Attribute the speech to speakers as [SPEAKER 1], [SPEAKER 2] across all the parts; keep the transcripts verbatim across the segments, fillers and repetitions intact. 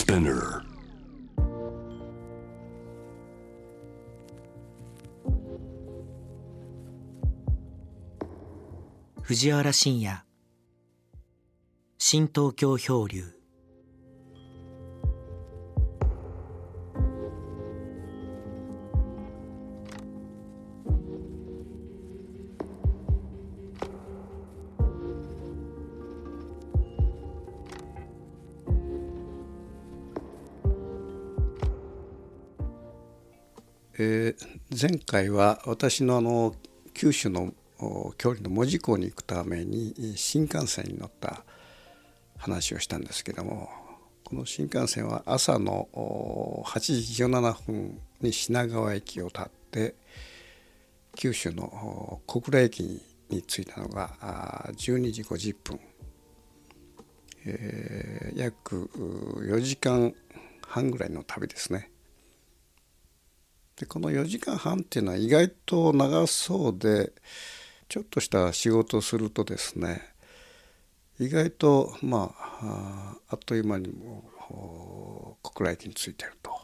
[SPEAKER 1] Spinner.
[SPEAKER 2] 藤原信也、新東京漂流。
[SPEAKER 3] えー、前回は私のあの九州の距離の門司港に行くために新幹線に乗った話をしたんですけども、この新幹線は朝のはちじじゅうななふんに品川駅を立って九州の小倉駅に着いたのがじゅうにじごじゅっぷん、えー、約よじかんはんぐらいの旅ですね。でこのよじかんはんっていうのは意外と長そうで、ちょっとした仕事をするとですね、意外とまああっという間にも小倉駅に着いていると。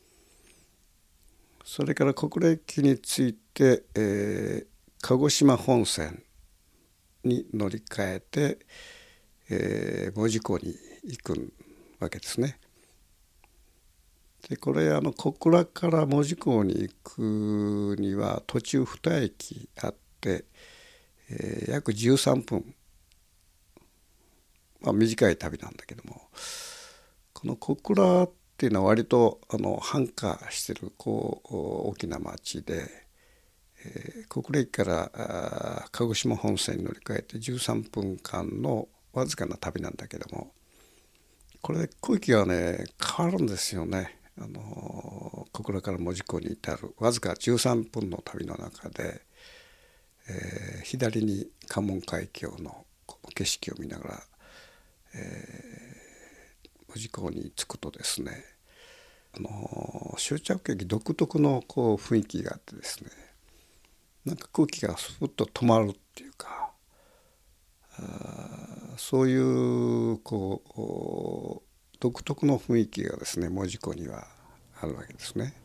[SPEAKER 3] それから小倉駅に着いて、えー、鹿児島本線に乗り換えて、えー、門司港に行くわけですね。でこれあの小倉から門司港に行くには途中に駅あって、えー、約じゅうさんぷん、まあ、短い旅なんだけども、この小倉っていうのは割とあの繁華してるこう大きな町で、えー、小倉駅から鹿児島本線に乗り換えてじゅうさんぷんかんのわずかな旅なんだけども、これ空気がね変わるんですよね。あの小倉から門司港に至るわずかじゅうさんぷんの旅の中で、えー、左に関門海峡の景色を見ながら、えー、門司港に着くとですね、あの終着駅独特のこう雰囲気があってですね、なんか空気がスッと止まるっていうか、あそういうこう独特の雰囲気がですね門司港にはあるわけですね。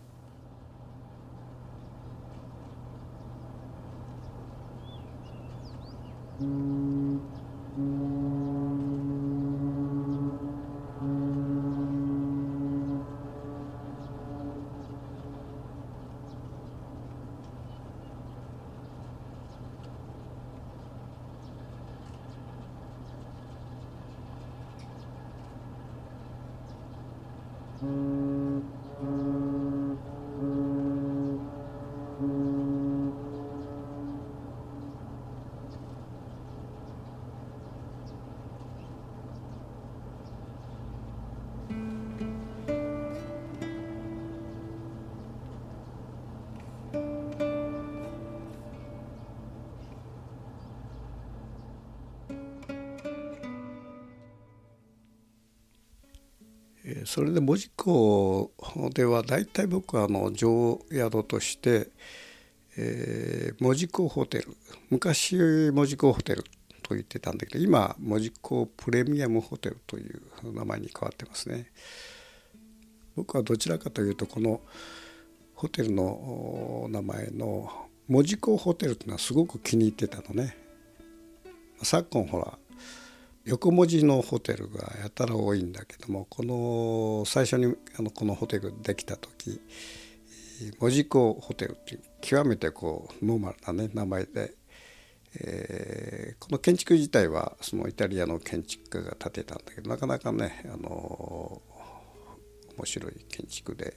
[SPEAKER 3] それで門司港ではだいたい僕はあの常宿として、えー、門司港ホテル、昔門司港ホテルと言ってたんだけど、今門司港プレミアムホテルという名前に変わってますね。僕はどちらかというとこのホテルの名前の門司港ホテルというのはすごく気に入ってたのね。昨今ほら横文字のホテルがやたら多いんだけども、この最初にあのこのホテルできた時、門司港ホテルっていう極めてこうノーマルな、ね、名前で、えー、この建築自体はそのイタリアの建築家が建てたんだけど、なかなかねあの面白い建築で、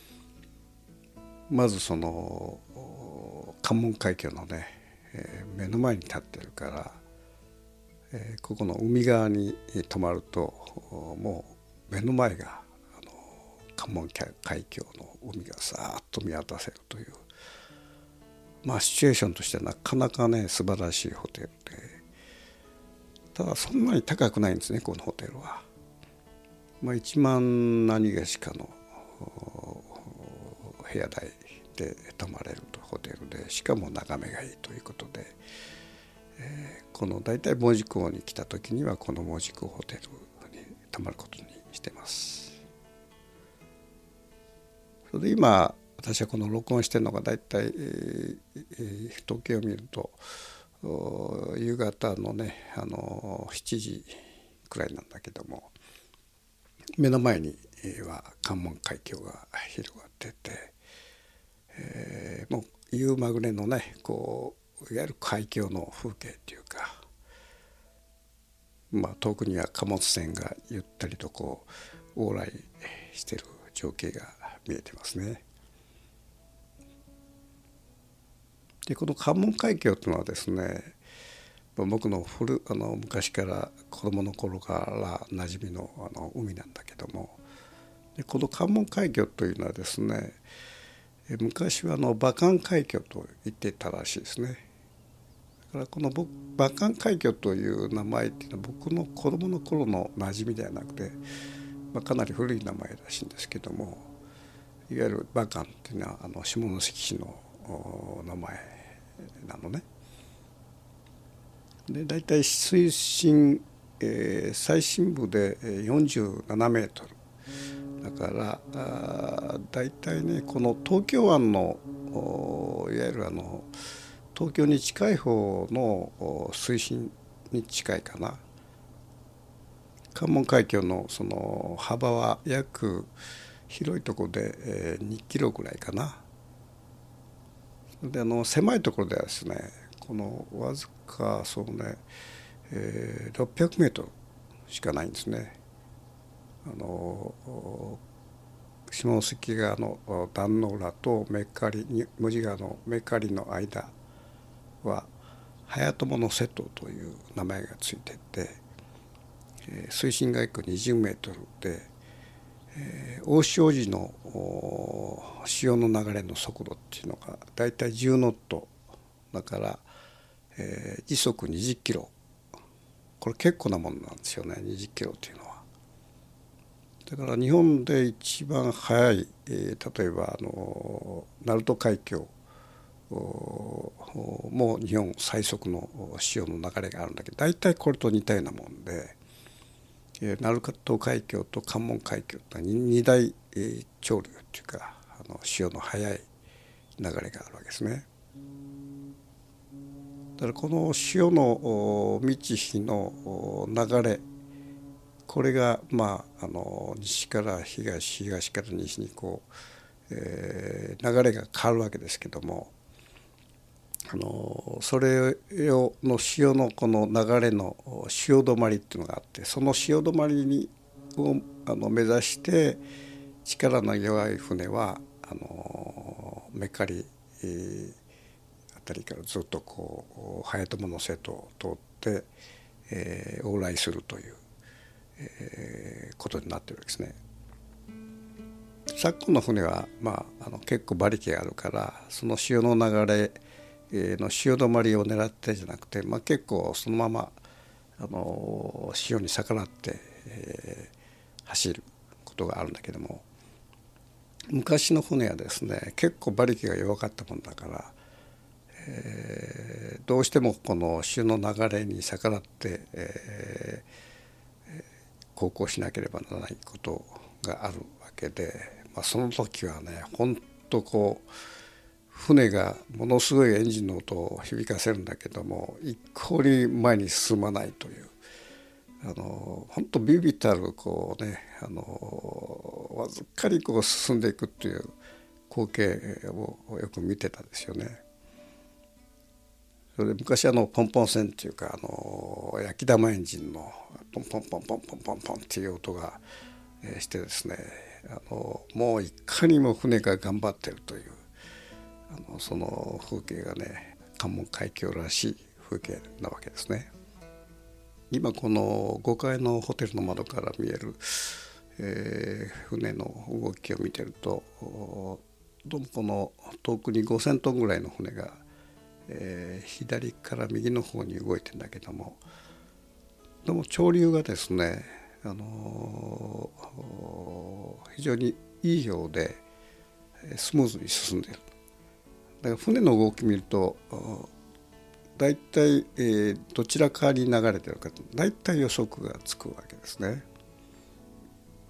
[SPEAKER 3] まずその関門海峡のね、えー、目の前に立ってるから、えー、ここの海側に泊まるともう目の前があの関門海峡の海がさーっと見渡せるという、まあシチュエーションとしてはなかなかね素晴らしいホテルで、ただそんなに高くないんですねこのホテルは。まあ、いちまん何がしかの部屋代で泊まれるとホテルで、しかも眺めがいいということで、えー、この大体門司港に来た時にはこの門司港ホテルに泊まることにしてます。それで今私はこの録音しているのがだいたい、えー、時計を見ると夕方のねあのしちじくらいなんだけども、目の前には関門海峡が広がってて、えー、もう夕まぐれのねこういわゆる海峡の風景っていうか、まあ、遠くには貨物船がゆったりとこう往来している情景が見えてますね。でこの関門海峡というのはですね、僕の古あの昔から子どもの頃から馴染みの、あの海なんだけども、でこの関門海峡というのはですね、昔はあの馬関海峡と言っていたらしいですね。だからこの馬関海峡という名前っていうのは僕の子どもの頃の馴染みではなくて、まあ、かなり古い名前らしいんですけども、いわゆる馬関っていうのはあの下関市の名前なのね。で大体水深、えー、最深部でよんじゅうななメートルだからあ大体ねこの東京湾のいわゆるあの東京に近い方の水深に近いかな。関門海峡のその幅は約広いところでにキロぐらいかな。であの狭いところではですね、このわずかそうね、えー、ろっぴゃくメートルしかないんですね。あの下関川の壇ノ浦とメッカリ門司川のメッカリの間は早友の瀬戸という名前がついてて、えー、水深が約にじゅうメートルで、えー、大潮時の潮の流れの速度っていうのがだいたいじゅうノットだから、えー、時速にじゅっキロ、これ結構なものなんですよね、にじゅっキロっていうのは。だから日本で一番速い、えー、例えばあの鳴門海峡もう日本最速の潮の流れがあるんだけど、大体これと似たようなもんで、えー、鳴門海峡と関門海峡と二大、えー、潮流っていうかあの潮の速い流れがあるわけですね。だからこの潮の満ち干の流れ、これがまああの西から東東から西にこう、えー、流れが変わるわけですけども、あのそれをの潮のこの流れの潮止まりっていうのがあって、その潮止まりにをあの目指して力の弱い船はあのメカリ、えー、あたりからずっとこう早友の瀬戸を通って、えー、往来するという、えー、ことになっているわけですね。昨今の船は、まあ、あの結構馬力があるから、その潮の流れの潮止まりを狙ってじゃなくて、まあ、結構そのままあの潮に逆らって、えー、走ることがあるんだけども、昔の船はですね結構馬力が弱かったもんだから、えー、どうしてもこの潮の流れに逆らって、えー、航行しなければならないことがあるわけで、まあ、その時はね本当こう船がものすごいエンジンの音を響かせるんだけども一向に前に進まないという、あの本当ビビたるこうね、あのわずかにこう進んでいくっていう光景をよく見てたんですよね。それで昔あのポンポン船っていうかあの焼き玉エンジンのポンポンポンポンポンポンポンっていう音がしてですね、あのもういかにも船が頑張ってるという、あのその風景がね関門海峡らしい風景なわけですね。今このごかいのホテルの窓から見える、えー、船の動きを見てると、どうもこの遠くにごせんトンぐらいの船が、えー、左から右の方に動いてるんだけども、でも潮流がですね、あのー、非常にいいようでスムーズに進んでいる。だから船の動き見るとだいたい、えー、どちら側に流れてるかだいたい予測がつくわけですね。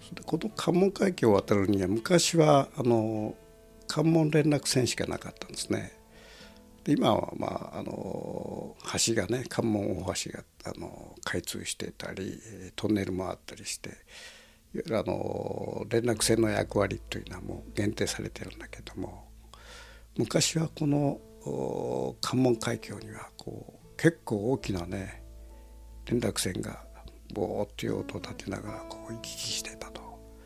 [SPEAKER 3] この関門海峡を渡るには昔はあの関門連絡船しかなかったんですね。で今は、まあ、あの橋がね関門大橋があの開通していたりトンネルもあったりして、いわゆるあの連絡船の役割というのはもう限定されてるんだけども、昔はこの関門海峡にはこう結構大きなね連絡船がボーッという音を立てながらこう行き来してたと。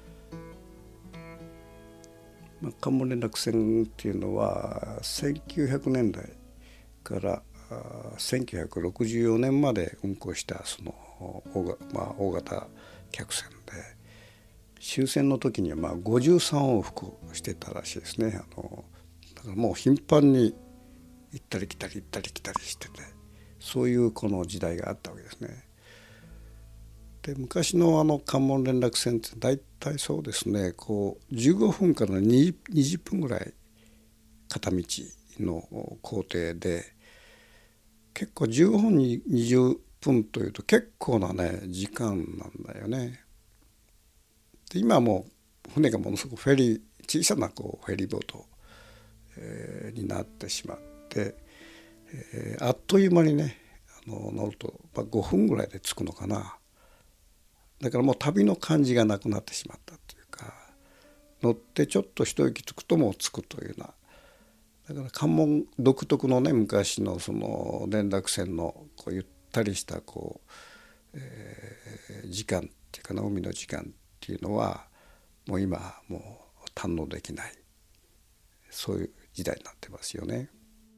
[SPEAKER 3] まあ、関門連絡船っていうのはせんきゅうひゃくねんだいからせんきゅうひゃくろくじゅうよねんまで運航したその大、まあ、大型客船で、終戦の時にはまあごじゅうさん往復してたらしいですね。あのだからもう頻繁に行ったり来たり行ったり来たりしてて、そういうこの時代があったわけですね。で昔のあの関門連絡船って大体そうですね、こうじゅうごふんからにじゅっぷんぐらい片道の行程で、結構じゅうごふんににじゅっぷんというと結構なね時間なんだよね。で今はもう船がものすごくフェリー小さなこうフェリーボート、えー、になってしまって、えー、あっという間にねあの乗ると、まあ、ごふんぐらいで着くのかな。だからもう旅の感じがなくなってしまったというか、乗ってちょっと一息つくともう着くというような、だから関門独特のね昔のその連絡船のこうゆったりしたこう、えー、時間っていうかな、海の時間っていうのはもう今もう堪能できない、そういう時代になってますよね。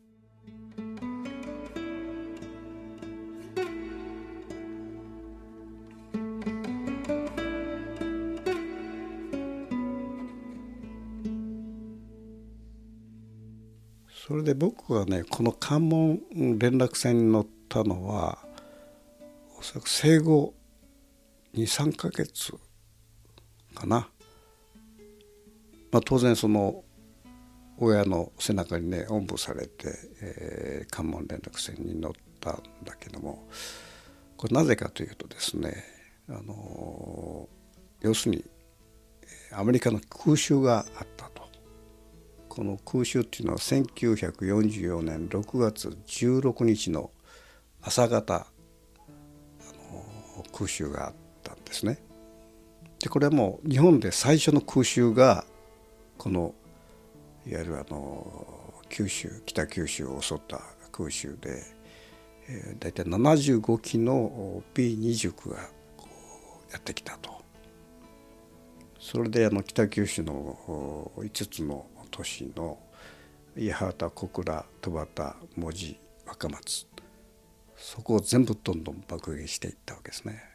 [SPEAKER 3] それで僕がねこの関門連絡船に乗ったのはおそらく生後にさんかげつかな。まあ、当然その親の背中にねおんぶされて、えー、関門連絡船に乗ったんだけども、これなぜかというとですね、あの要するにアメリカの空襲があったと。この空襲っていうのはせんきゅうひゃくよんじゅうよねんろくがつじゅうろくにちの朝方、あの空襲があったんですね。でこれはもう日本で最初の空襲がこのいわゆるあの九州北九州を襲った空襲で、えー、大体ななじゅうごきの ビーにじゅうきゅう がこうやってきたと。それであの北九州のいつつの都市の八幡、小倉、戸畑、門司、若松、そこを全部どんどん爆撃していったわけですね。だ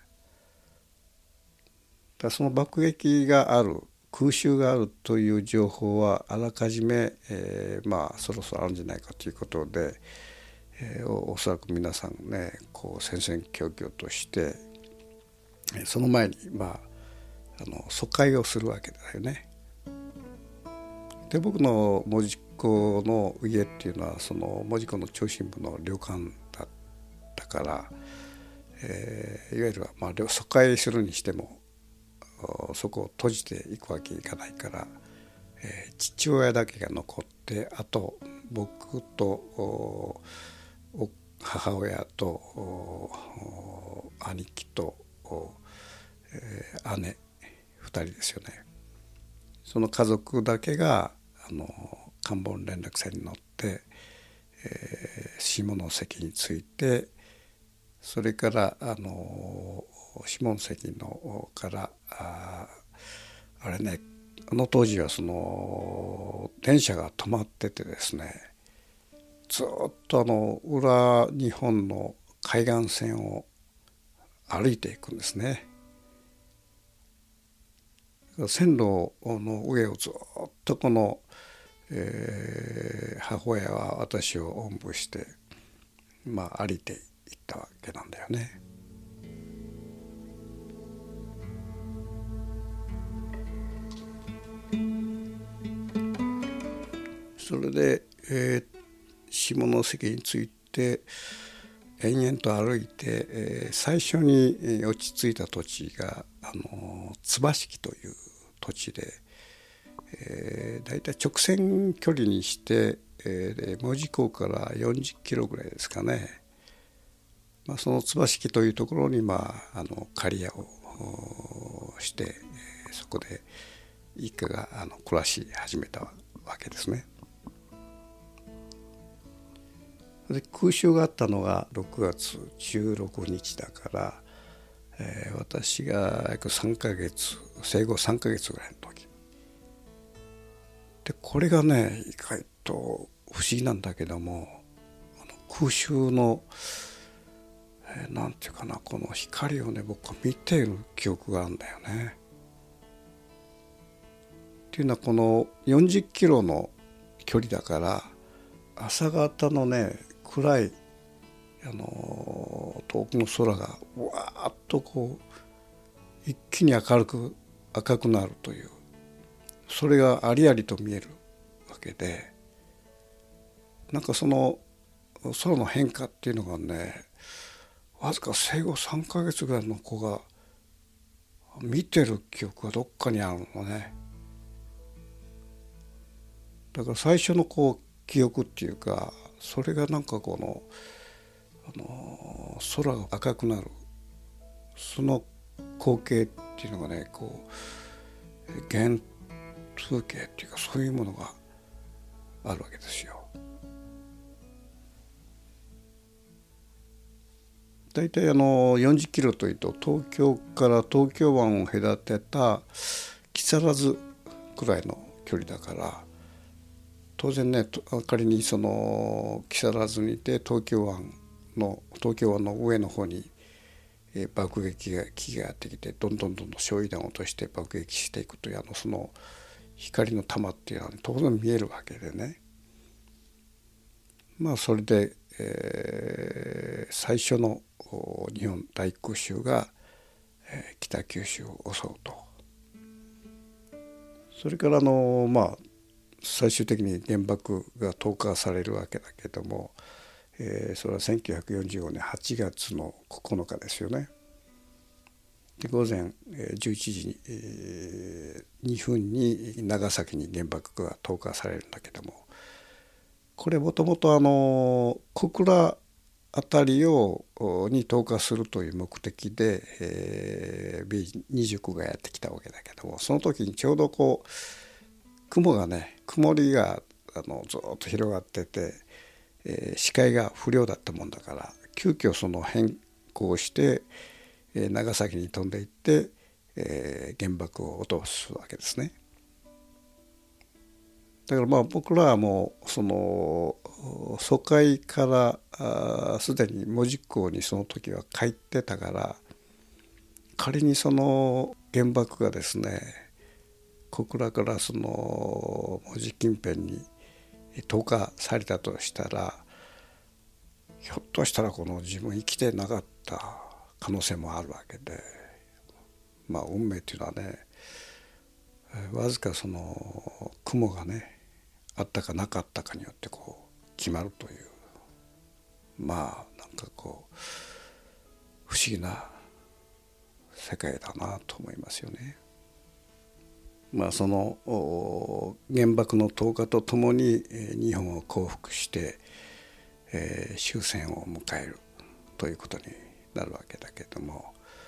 [SPEAKER 3] からその爆撃がある、空襲があるという情報はあらかじめ、えー、まあそろそろあるんじゃないかということで、えー、お, おそらく皆さんねこう戦々恐々としてその前にまああの疎開をするわけだよね。で僕の門司港の家っていうのはその門司港の中心部の旅館だったから、えー、いわゆる、まあ、疎開するにしてもそこを閉じていくわけにいかないから、えー、父親だけが残って、あと僕と母親と兄貴と、えー、姉ふたりですよね。その家族だけがあの関門連絡船に乗って、えー、下関に着いて、それからあの下関のからああれねあの当時はその電車が止まっててですね、ずっとあの裏日本の海岸線を歩いていくんですね。線路の上をずっとこの、えー、母親は私をおんぶして、まあ、歩いていったわけなんだよね。それで、えー、下関に着いて、 延々と歩いて、えー、最初に落ち着いた土地があの椿木という土地で、えー、だいたい直線距離にして、えー、門司港からよんじゅっキロぐらいですかね。まあ、その椿木というところに、まあ、あの刈谷をして、えー、そこで一家があの暮らし始めたわけですね。で空襲があったのがろくがつじゅうろくにちだから、えー、私が約さんかげつ生後さんかげつぐらいの時で、これがね意外と不思議なんだけども、あの空襲の、えー、なんていうかな、この光をね僕は見ている記憶があるんだよね。っていうのはこのよんじゅっキロの距離だから朝方のね暗いあの遠くの空がわーっとこう一気に明るく赤くなるという、それがありありと見えるわけで、なんかその空の変化っていうのがね、わずか生後さんかげつぐらいの子が見てる記憶がどっかにあるのね。だから最初のこう記憶っていうか、それがなんかこの、あの空が赤くなるその光景っていうのがね、こう原風景っていうかそういうものがあるわけですよ。大体あのよんじゅっキロというと東京から東京湾を隔てた木更津くらいの距離だから、当然ね仮にその木更津にいて東京湾の東京湾の上の方に爆撃機がやってきてどんどんどんどん焼夷弾を落として爆撃していくという、あのその光の玉っていうのは、ね、当然見えるわけでね、まあそれで、えー、最初の日本大空襲が、えー、北九州を襲うと。それからあのまあ最終的に原爆が投下されるわけだけども、えー、それはせんきゅうひゃくよんじゅうごねんはちがつのここのかですよね。で午前じゅういちじに、えー、にふんに長崎に原爆が投下されるんだけども、これもともとあの小倉あたりをに投下するという目的で、えー、ビーにじゅうきゅう がやってきたわけだけども、その時にちょうどこう雲がね曇りがあのずっと広がってて、えー、視界が不良だったもんだから、急遽その変更して、えー、長崎に飛んでいって、えー、原爆を落とすわけですね。だからまあ僕らはもうその疎開からすでに門司港にその時は帰ってたから、仮にその原爆がですね小倉からその門司近辺に投下されたとしたら、ひょっとしたらこの自分生きてなかった可能性もあるわけで、まあ運命っていうのはね、わずかその雲がねあったかなかったかによってこう決まるという、まあなんかこう不思議な世界だなと思いますよね。まあその原爆の投下とともに日本を降伏して、えー、終戦を迎えるということになるわけだけども、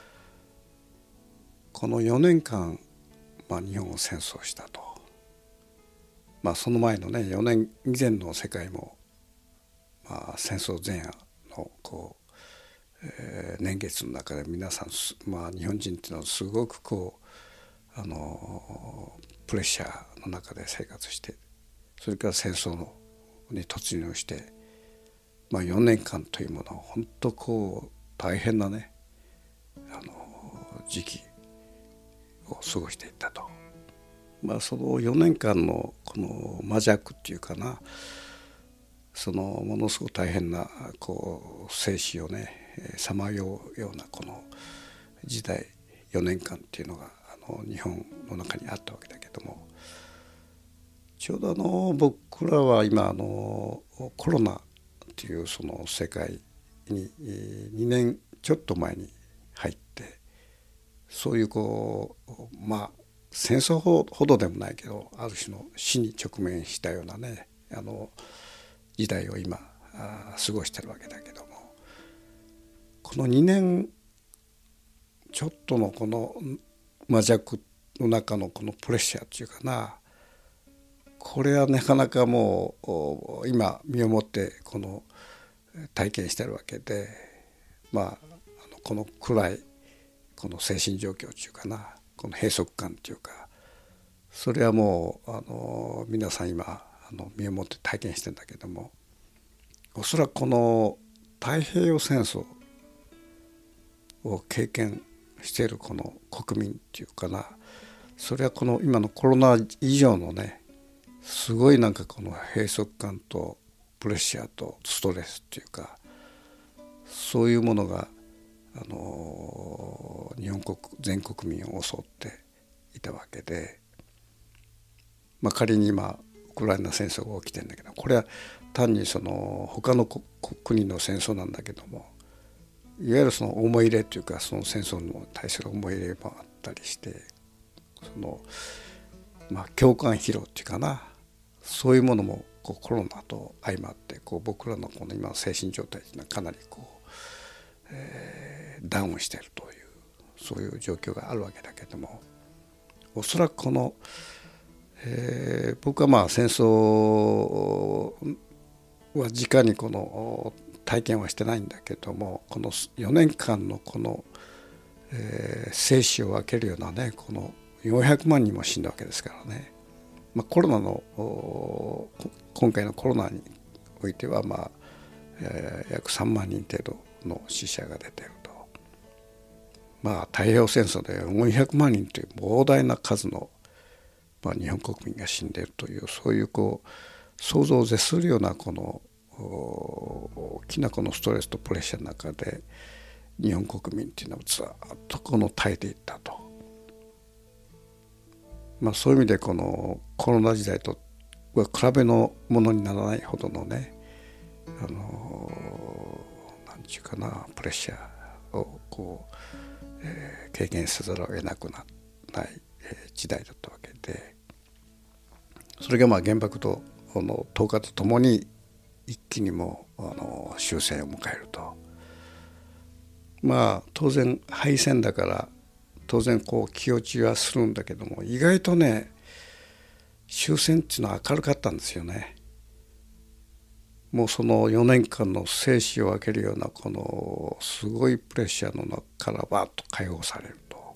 [SPEAKER 3] このよねんかん、まあ、日本を戦争したと。まあ、その前のねよねん以前の世界も、まあ、戦争前夜のこう、えー、年月の中で皆さん、まあ、日本人っていうのはすごくこうあのプレッシャーの中で生活して、それから戦争に突入して、まあ、よねんかんというものは本当こう大変なねあの時期を過ごしていったと。まあ、そのよねんかんのこの魔弱っていうかな、そのものすごく大変なこう生死をねさまようようなこの時代よねんかんっていうのがあの日本の中にあったわけだけども、ちょうどあの僕らは今あのコロナっていうその世界ににねんちょっと前に入って、そういうこうまあ戦争ほどでもないけどある種の死に直面したようなねあの時代を今過ごしてるわけだけども、このにねんちょっとのこの魔弱の中のこのプレッシャーっていうかな、これはなかなかもう今身をもってこの体験してるわけで、まあこの暗いこの精神状況っていうかな、この閉塞感っていうか、それはもうあの皆さん今あの身をもって体験してるんだけども、おそらくこの太平洋戦争を経験しているこの国民っていうかな、それはこの今のコロナ以上のねすごいなんかこの閉塞感とプレッシャーとストレスっていうか、そういうものがあの日本国全国民を襲っていたわけで、まあ、仮に今ウクライナ戦争が起きてるんだけど、これは単にその他の国の戦争なんだけども、いわゆるその思い入れというか、その戦争に対する思い入れもあったりして、そのまあ共感疲労っていうかな、そういうものもこうコロナと相まってこう僕らのこの今の精神状態というのはかなりこう、えー、ダウンしているという、そういう状況があるわけだけども、おそらくこの、えー、僕はまあ戦争は直にこの体験はしてないんだけども、このよねんかんのこの、えー、生死を分けるようなね、このよんひゃくまんにんも死んだわけですからね、まあ、コロナの今回のコロナにおいては、まあえー、約さんまんにん程度の死者が出ていると、まあ太平洋戦争でよんひゃくまんにんという膨大な数の、まあ、日本国民が死んでいるという、そういうこう想像を絶するようなこの大きなこのストレスとプレッシャーの中で日本国民っていうのはずっとこの耐えていったと。まあ、そういう意味でこのコロナ時代とは比べのものにならないほどのね、あのなんちゅうかな、プレッシャーをこう、えー、経験せざるを得なくなない、えー、時代だったわけで、それがまあ原爆とこの投下とともに一気にもうあの終戦を迎えると。まあ当然敗戦だから当然こう気落ちはするんだけども、意外とね終戦っていうのは明るかったんですよね。もうそのよねんかんの生死を分けるようなこのすごいプレッシャーの中からバーッと解放されると。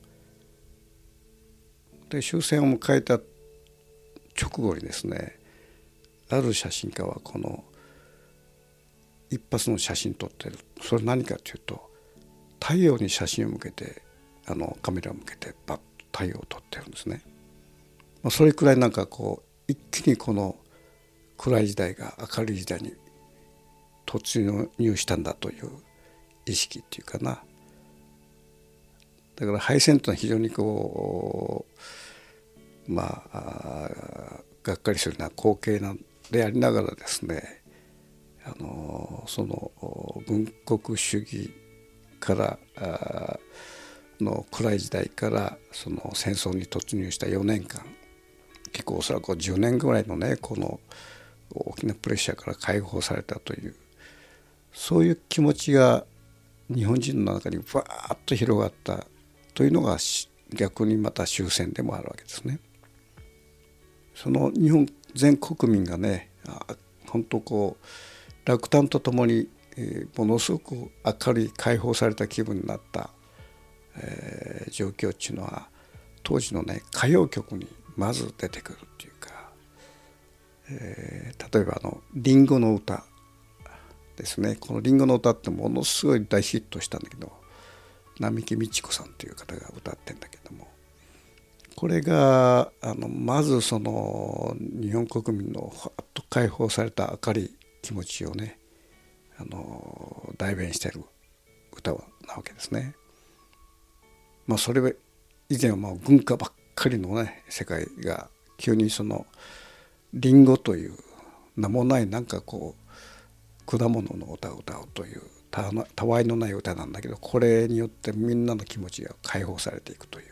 [SPEAKER 3] で終戦を迎えた直後にですね、ある写真家はこの一発の写真撮ってる。それ何かというと、太陽に写真を向けてあのカメラを向けてバッと太陽を撮ってるんですね。まあ、それくらいなんかこう一気にこの暗い時代が明るい時代に突入したんだという意識っていうかな。だから敗戦というのは非常にこうまあがっかりするような光景なんでありながらですね、あのその軍国主義からの暗い時代からその戦争に突入したよねんかん、結構おそらくじゅうねんぐらいのねこの大きなプレッシャーから解放されたという、そういう気持ちが日本人の中にバーッと広がったというのが逆にまた終戦でもあるわけですね。その日本全国民がね本当こう落胆とともに、えー、ものすごく明るい解放された気分になった、えー、状況っていうのは当時のね歌謡曲にまず出てくるっていうか、えー、例えばあのリンゴの歌ですね。このリンゴの歌ってものすごい大ヒットしたんだけど、並木道子さんという方が歌ってんだけども、これがあのまずその日本国民のふわっと解放された明るい気持ちをねあの代弁している歌なわけですね。まあそれは以前はもう軍歌ばっかりのね世界が急にそのリンゴという名もないなんかこう果物の歌を歌うというたたわいのない歌なんだけど、これによってみんなの気持ちが解放されていくという、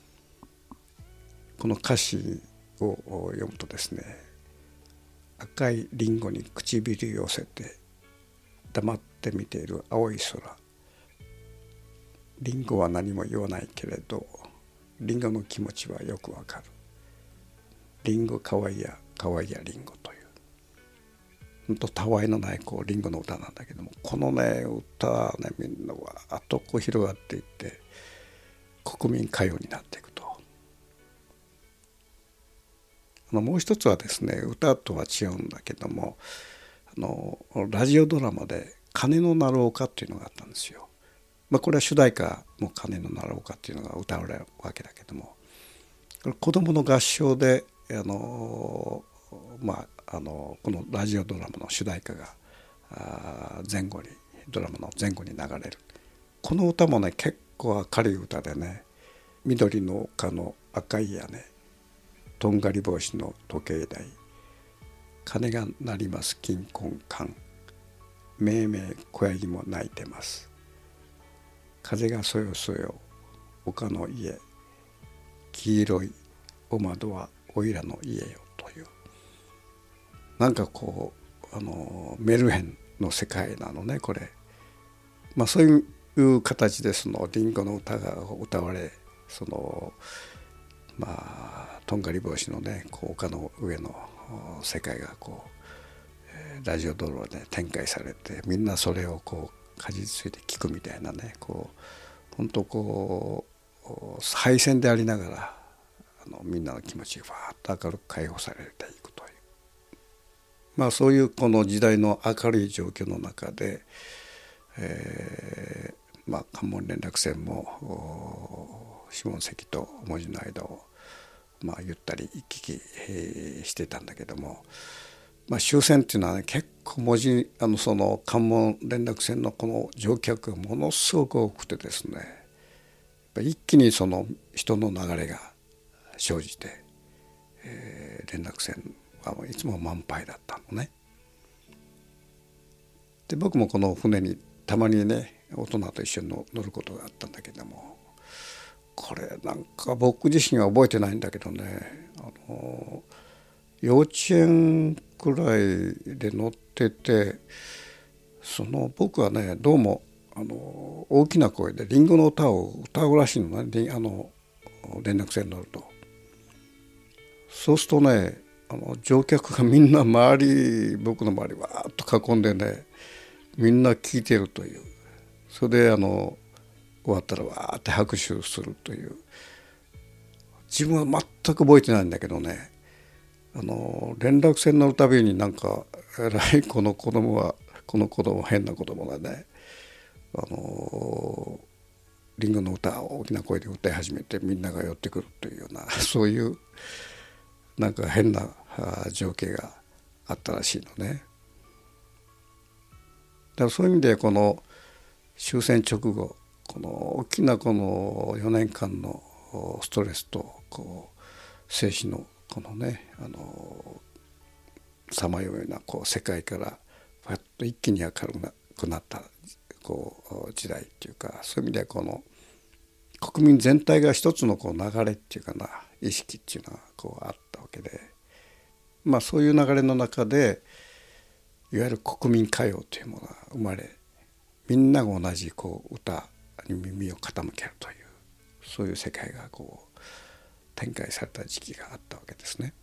[SPEAKER 3] この歌詞を読むとですね、赤いリンゴに唇寄せて黙って見ている青い空、リンゴは何も言わないけれどリンゴの気持ちはよくわかる、リンゴかわいやかわいやリンゴという、ほんとたわいのないこうリンゴの歌なんだけども、このね歌はね、みんなわーっとこう広がっていって国民歌謡になっていくと。あのもう一つはですね、歌とは違うんだけども、あのラジオドラマで鐘の鳴る丘っていうのがあったんですよ。まあ、これは主題歌も鐘の鳴る丘っていうのが歌われるわけだけども、これ子どもの合唱であの、まあ、あのこのラジオドラマの主題歌が前後にドラマの前後に流れる。この歌もね結構明るい歌でね、緑の丘の赤い屋根、とんがり帽子の時計台、鐘が鳴ります金婚館、めいめい子ヤギも泣いてます、風がそよそよ丘の家、黄色いお窓はおいらの家よという、なんかこうあのメルヘンの世界なのねこれ。まあそういう形でそのリンゴの歌が歌われ、そのまあとんがり帽子のねこう丘の上の世界がこうラジオドラマで展開されて、みんなそれをこうかじりついて聞くみたいなね、こう本当こう敗戦でありながらあのみんなの気持ちがわーっと明るく解放されていくという、まあそういうこの時代の明るい状況の中で、えー、まあ関門連絡船も下関と門司の間をまあゆったり行き来してたんだけども、まあ、終戦っていうのは、ね、結構文字あのその関門連絡船のこの乗客がものすごく多くてですね、一気にその人の流れが生じて、えー、連絡船はいつも満杯だったのね。で僕もこの船にたまにね大人と一緒に乗ることがあったんだけども、これなんか僕自身は覚えてないんだけどね、あの幼稚園くらいで乗ってて、その僕はねどうもあの大きな声でリンゴの歌を歌うらしいのね、あの連絡船に乗ると。そうするとねあの乗客がみんな周り僕の周りわーっと囲んでね、みんな聞いてるという、それであの終わったらわーって拍手するという、自分は全く覚えてないんだけどね、あの連絡船乗るたびになんかえらいこの子供はこの子供変な子供がね、あのリンゴの歌を大きな声で歌い始めてみんなが寄ってくるというようなそういうなんか変な情景があったらしいのね。だからそういう意味でこの終戦直後、この大きなこのよねんかんのストレスとこう生死のこのねあのさまようようなこう世界からパッと一気に明るくなったこう時代っていうか、そういう意味ではこの国民全体が一つのこう流れっていうかな、意識っていうのがこうあったわけで、まあそういう流れの中でいわゆる国民歌謡というものが生まれ、みんなが同じこう歌に耳を傾けるという、そういう世界がこう展開された時期があったわけですね。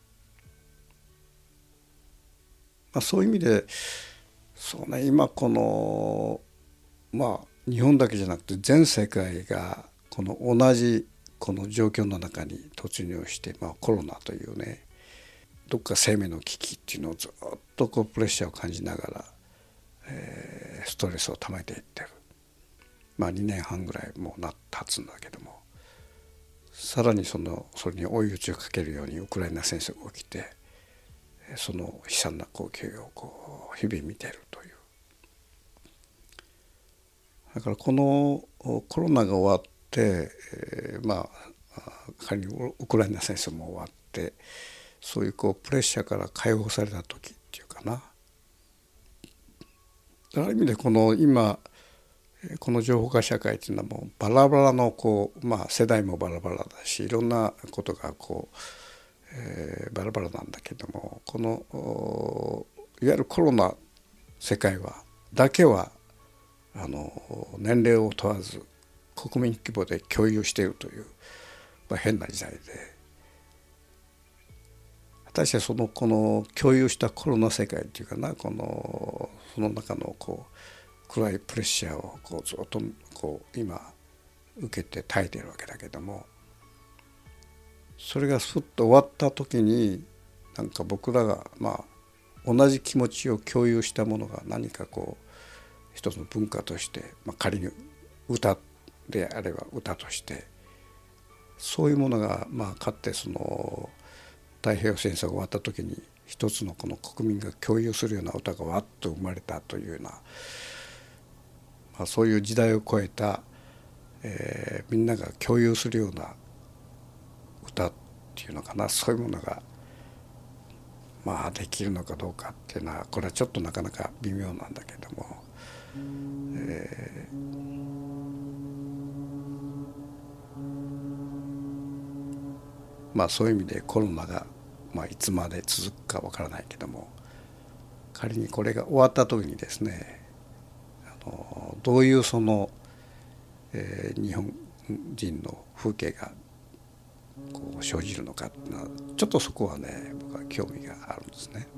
[SPEAKER 3] まあ、そういう意味でそうね、今このまあ日本だけじゃなくて全世界がこの同じこの状況の中に突入して、まあ、コロナというねどっか生命の危機っていうのをずっとこうプレッシャーを感じながら、えー、ストレスを溜めていってる。まあにねんはんぐらいもうな経つんだけども、さらにそのそれに追い打ちをかけるようにウクライナ戦争が起きて、その悲惨な光景をこう日々見ているという。だからこのコロナが終わって、えー、まあ仮にウクライナ戦争も終わって、そういうこうプレッシャーから解放された時っていうかな、 ある意味でこの今この情報化社会っていうのはもうバラバラのこう、まあ、世代もバラバラだしいろんなことがこう、えー、バラバラなんだけども、このいわゆるコロナ世界はだけはあの年齢を問わず国民規模で共有しているという、まあ、変な時代で、果たしてそのこの共有したコロナ世界っていうかな、このその中のこう暗いプレッシャーをこうずっとこう今受けて耐えているわけだけども、それがすっと終わった時になんか僕らがまあ同じ気持ちを共有したものが何かこう一つの文化として、まあ、仮に歌であれば歌としてそういうものがまあかつてその太平洋戦争が終わった時に一つのこの国民が共有するような歌がわっと生まれたというような、まあ、そういう時代を超えた、えー、みんなが共有するような歌っていうのかな、そういうものがまあできるのかどうかっていうのはこれはちょっとなかなか微妙なんだけども、えー、まあそういう意味でコロナが、まあ、いつまで続くかわからないけども、仮にこれが終わった時にですね、あのどういうその、えー、日本人の風景がこう生じるのかっていうのはちょっとそこはね僕は興味があるんですね。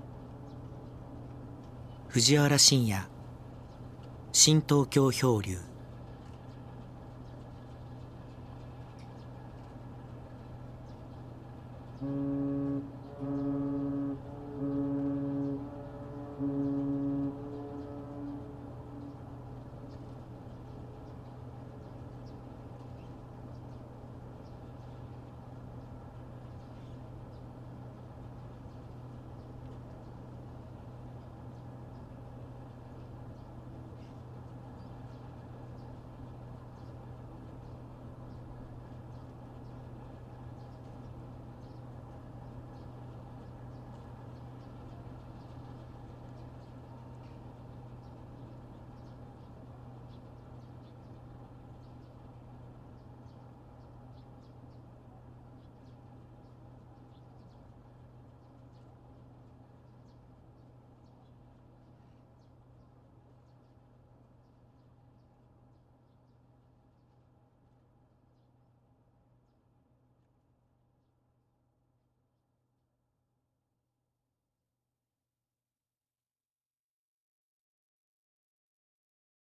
[SPEAKER 2] 藤原信也、新東京漂流。